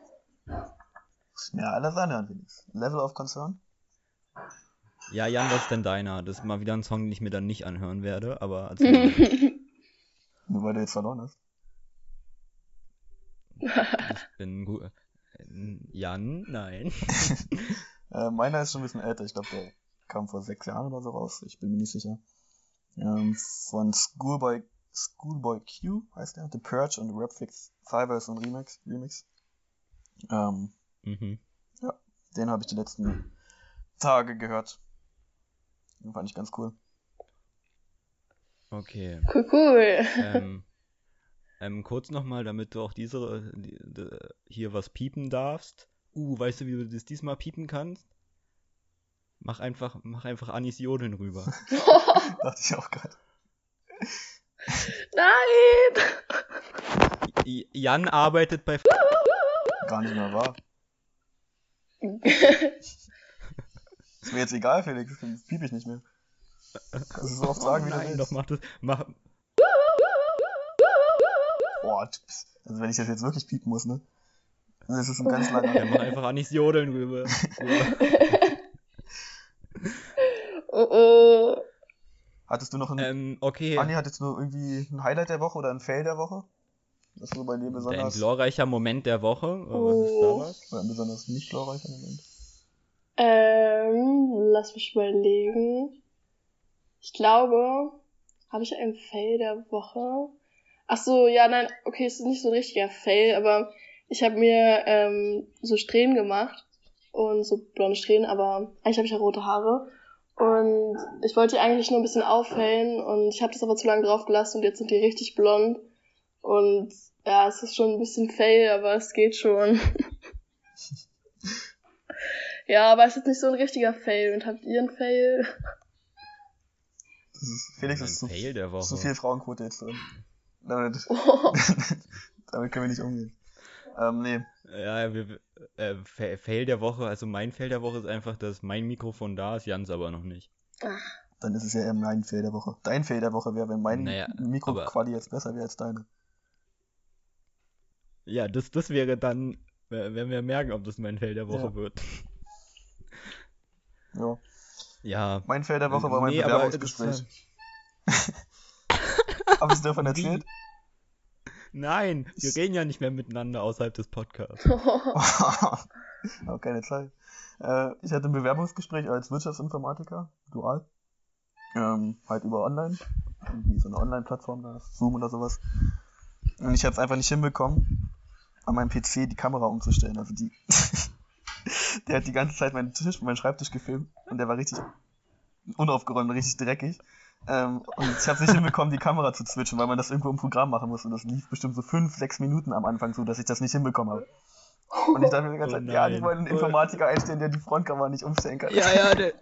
Ja, alles anhören, wenigstens. Level of Concern? Ja, Jan, was ist denn deiner? Das ist mal wieder ein Song, den ich mir dann nicht anhören werde, aber erzähl mal. Nur weil du jetzt verloren hast. Ich bin gut. Jan, nein. äh, meiner ist schon ein bisschen älter. Ich glaube, der kam vor sechs Jahren oder so raus. Ich bin mir nicht sicher. Ähm, von Schoolboy, Schoolboy Q heißt der. The Purge und Rapfix Cybers und Remix. Remix. Ähm, Mhm. ja, den habe ich die letzten Tage gehört. Den fand ich ganz cool. Okay. Cool, cool. Ähm, ähm, kurz nochmal, damit du auch diese die, die, hier was piepen darfst. Uh, weißt du, wie du das diesmal piepen kannst? Mach einfach, mach einfach Anis Jodeln rüber. Dachte ich auch gerade. Nein! I- Jan arbeitet bei... Gar nicht mehr wahr. Ist mir jetzt egal, Felix. Das piep ich nicht mehr. Kannst du so oft sagen, oh, wie du nein, willst. doch, mach das... Mach, Boah, also wenn ich das jetzt wirklich piepen muss, ne? Das ist ein ganz langer... ja, mach einfach Anis Jodeln rüber. Oh oh. Hattest du noch ein... ähm, okay. Anni, hattest du irgendwie ein Highlight der Woche oder ein Fail der Woche? Das so bei dir Der besonders... glorreicher Moment der Woche. Oh. Was ist da was? Oder ein besonders nicht glorreicher Moment? Ähm, lass mich überlegen. Ich glaube, habe ich einen Fail der Woche? Ach so, ja, nein, okay, es ist nicht so ein richtiger Fail, aber ich habe mir ähm, so Strähnen gemacht und so blonde Strähnen, aber eigentlich habe ich ja rote Haare und ich wollte die eigentlich nur ein bisschen aufhellen und ich habe das aber zu lange drauf gelassen und jetzt sind die richtig blond und ja, es ist schon ein bisschen Fail, aber es geht schon. Ja, aber es ist nicht so ein richtiger Fail. Und habt ihr einen Fail? Das ist, Felix, Ein ist zu, Fail der Woche. zu viel Frauenquote jetzt drin. Damit, Oh. damit können wir nicht umgehen. Ähm, nee. Ja, wir, äh, Fa- Fail der Woche, also mein Fail der Woche ist einfach, dass mein Mikrofon da ist, Jans aber noch nicht. Dann ist es ja eher mein Fail der Woche. Dein Fail der Woche wäre, wenn mein Naja, Mikro-Quali jetzt besser wäre als deine. Ja, das, das wäre dann, äh, wenn wir merken, ob das mein Fail der Woche Ja. wird. Ja. Ja. Mein Fail der Woche äh, war mein nee, aber Bewerbungsgespräch. das, Hab ich's davon Wie? erzählt? Nein, wir reden ja nicht mehr miteinander außerhalb des Podcasts. Hab keine Zeit. Äh, ich hatte ein Bewerbungsgespräch als Wirtschaftsinformatiker, dual. Ähm, halt über online. Irgendwie so eine Online-Plattform, da ist Zoom oder sowas. Und ich habe es einfach nicht hinbekommen, an meinem P C die Kamera umzustellen. Also die. Der hat die ganze Zeit meinen Tisch, meinen Schreibtisch gefilmt und der war richtig unaufgeräumt, richtig dreckig. Ähm, und ich habe es nicht hinbekommen, die Kamera zu switchen, weil man das irgendwo im Programm machen muss. Und das lief bestimmt so fünf, sechs Minuten am Anfang so, dass ich das nicht hinbekommen habe. Und ich dachte mir die ganze Oh Zeit, ja, die nein. wollen einen Informatiker einstellen, der die Frontkamera nicht umstellen kann. Ja, ja, der,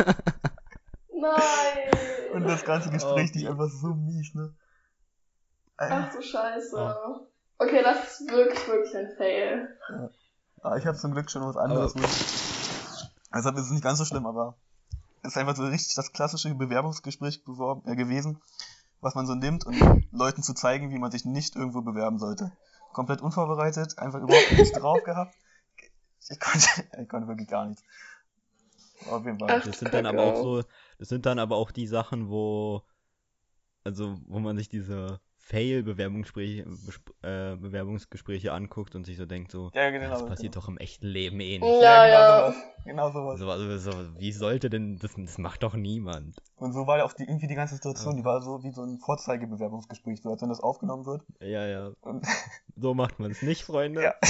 Nein! Und das ganze Gespräch Oh, lief wie- einfach so mies, ne? Ach du Scheiße. Oh. Okay, das ist wirklich, wirklich ein Fail. Ah, ich habe zum Glück schon was anderes. wo- Also ist es nicht ganz so schlimm, aber es ist einfach so richtig das klassische Bewerbungsgespräch beworben, äh, gewesen, was man so nimmt, um Leuten zu zeigen, wie man sich nicht irgendwo bewerben sollte. Komplett unvorbereitet, einfach überhaupt nichts drauf gehabt. Ich konnte, ich konnte wirklich gar nichts. Auf jeden Fall. Ach, Das sind dann aber Kacke. auch so, das sind dann aber auch die Sachen, wo, also wo man sich diese Fail-Bewerbungsgespräche besp- äh, Bewerbungsgespräche anguckt und sich so denkt so, Ja, ja, genau. das passiert genau. doch im echten Leben eh nicht. Ja, genau ja. sowas. Genau sowas. So, also, so, wie sollte denn, das, das macht doch niemand. Und so war ja auch die, irgendwie die ganze Situation, Ja. die war so wie so ein Vorzeigebewerbungsgespräch, so als wenn das aufgenommen wird. Ja, ja, Und so macht man es nicht, Freunde. ja.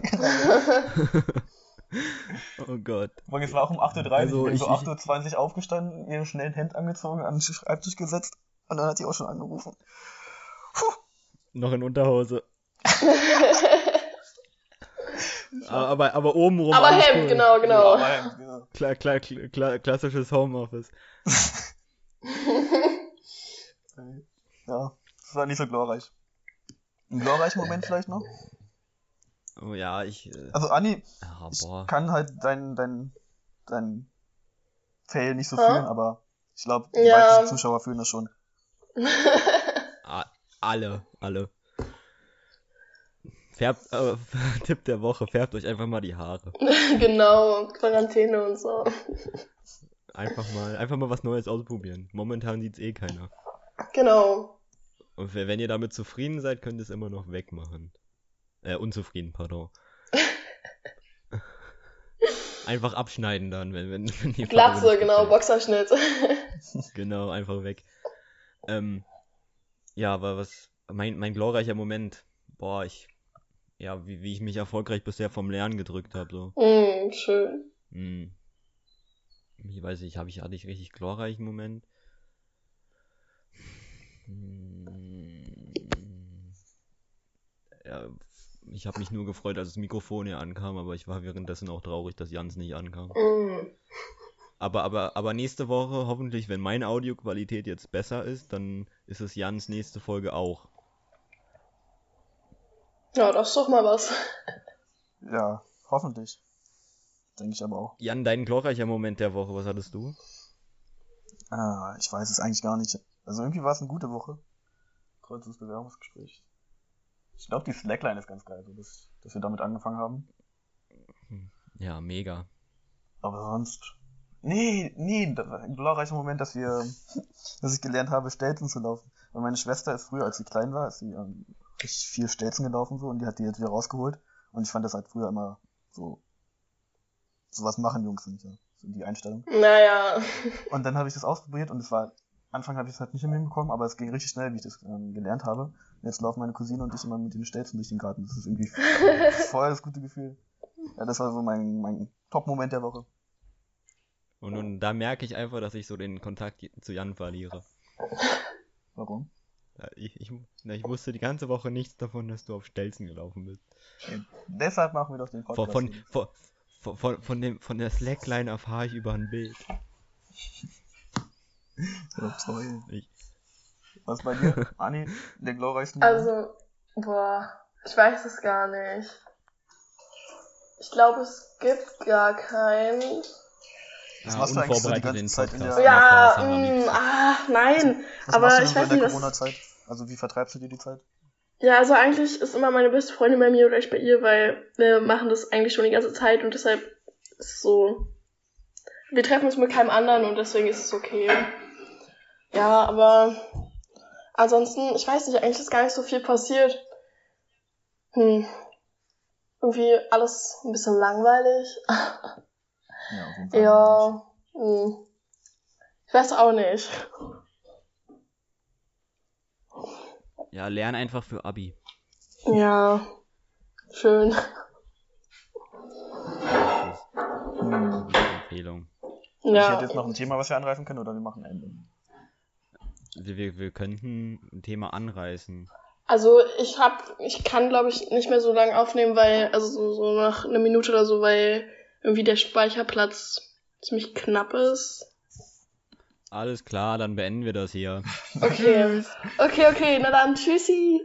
Oh Gott. Und es war auch um acht Uhr dreißig, Also, ich bin so ich- acht Uhr zwanzig aufgestanden, mir schnell ein Hemd angezogen, an den Schreibtisch gesetzt und dann hat die auch schon angerufen. Noch in Unterhose. aber, aber obenrum Aber alles Hemd, cool. genau, genau. Ja, aber, genau. Kla kla kla klassisches Homeoffice. Ja, das war nicht so glorreich. Ein glorreicher Moment vielleicht noch? Oh ja, ich. Äh, Also, Anni, ja, ich boah. kann halt dein, dein, dein Fail nicht so Hä? fühlen, aber ich glaube, die Ja. meisten Zuschauer fühlen das schon. Ah, alle, alle. Färbt, äh, Tipp der Woche, färbt euch einfach mal die Haare. Genau, Quarantäne und so. Einfach mal, einfach mal was Neues ausprobieren. Momentan sieht's eh keiner. Genau. Und wenn ihr damit zufrieden seid, könnt ihr es immer noch wegmachen. Äh, unzufrieden, pardon. Einfach abschneiden dann, wenn, wenn, wenn die Farbe Glatze, nicht genau, gefällt. Boxerschnitt. Genau, einfach weg. Ähm, ja, aber was, mein, mein glorreicher Moment, boah, ich, ja, wie, wie ich mich erfolgreich bisher vom Lernen gedrückt habe, so. Mm, schön. Hm. Ich weiß nicht, habe ich, hatte ich richtig glorreichen Moment? Hm. Ja, ich habe mich nur gefreut, als das Mikrofon hier ankam, aber ich war währenddessen auch traurig, dass Jans nicht ankam. Mm. Aber, aber, aber nächste Woche, hoffentlich, wenn meine Audioqualität jetzt besser ist, dann ist es Jans nächste Folge auch. Ja, das ist doch mal was. Ja, hoffentlich. Denke ich aber auch. Jan, dein glorreicher Moment der Woche, was hattest du? Ah, ich weiß es eigentlich gar nicht. Also irgendwie war es eine gute Woche. Kurzes Bewerbungsgespräch. Ich glaube, die Slackline ist ganz geil, so dass, dass wir damit angefangen haben. Ja, mega. Aber sonst. Nee, nee, das war ein glorreicher Moment, dass wir, dass ich gelernt habe, Stelzen zu laufen. Weil meine Schwester ist früher, als sie klein war, ist sie ähm, richtig viel Stelzen gelaufen so und die hat die jetzt wieder rausgeholt. Und ich fand das halt früher immer so, sowas machen Jungs nicht, ja. So die Einstellung. Naja. Und dann habe ich das ausprobiert und es war, Anfang habe ich es halt nicht hinbekommen, aber es ging richtig schnell, wie ich das ähm, gelernt habe. Und jetzt laufen meine Cousine und ich immer mit den Stelzen durch den Garten. Das ist irgendwie voll das gute Gefühl. Ja, das war so mein, mein Top-Moment der Woche. Und, und da merke ich einfach, dass ich so den Kontakt zu Jan verliere. Warum? Ja, Ich, ich, na, ich wusste die ganze Woche nichts davon, dass du auf Stelzen gelaufen bist. Ja, deshalb machen wir doch den Von, Podcast. von, hier. von, von, von, von, dem, von der Slackline erfahre ich über ein Bild. Ja, toll. Ich, Was bei dir, Anni, der glorreichste Moment? Also, boah, ich weiß es gar nicht. Ich glaube, es gibt gar keinen. Was ja, machst du eigentlich so die unvorbereitet ganze den Zeit in Podcast. der- Ja, Podcast haben wir am mh, liebsten. ah, nein. Was aber machst du denn ich so weiß in der nicht, was- Corona-Zeit? Also wie vertreibst du dir die Zeit? Ja, also eigentlich ist immer meine beste Freundin bei mir oder ich bei ihr, weil wir machen das eigentlich schon die ganze Zeit und deshalb ist es so. Wir treffen uns mit keinem anderen und deswegen ist es okay. Ja, aber ansonsten, ich weiß nicht, eigentlich ist gar nicht so viel passiert. Hm. Irgendwie alles ein bisschen langweilig. Ja, auf jeden Fall. Ja. Hm. Ich weiß auch nicht. Ja, lern einfach für Abi. Ja. Schön. Das ist Hm. eine gute Empfehlung. Ich Ja. hätte jetzt noch ein Thema, was wir anreißen können, oder wir machen Ende. Wir, wir, wir könnten ein Thema anreißen. Also ich hab, ich kann glaube ich nicht mehr so lange aufnehmen, weil, also so, so nach einer Minute oder so, weil irgendwie der Speicherplatz ziemlich knapp ist. Alles klar, dann beenden wir das hier. Okay. Okay, okay, na dann, tschüssi.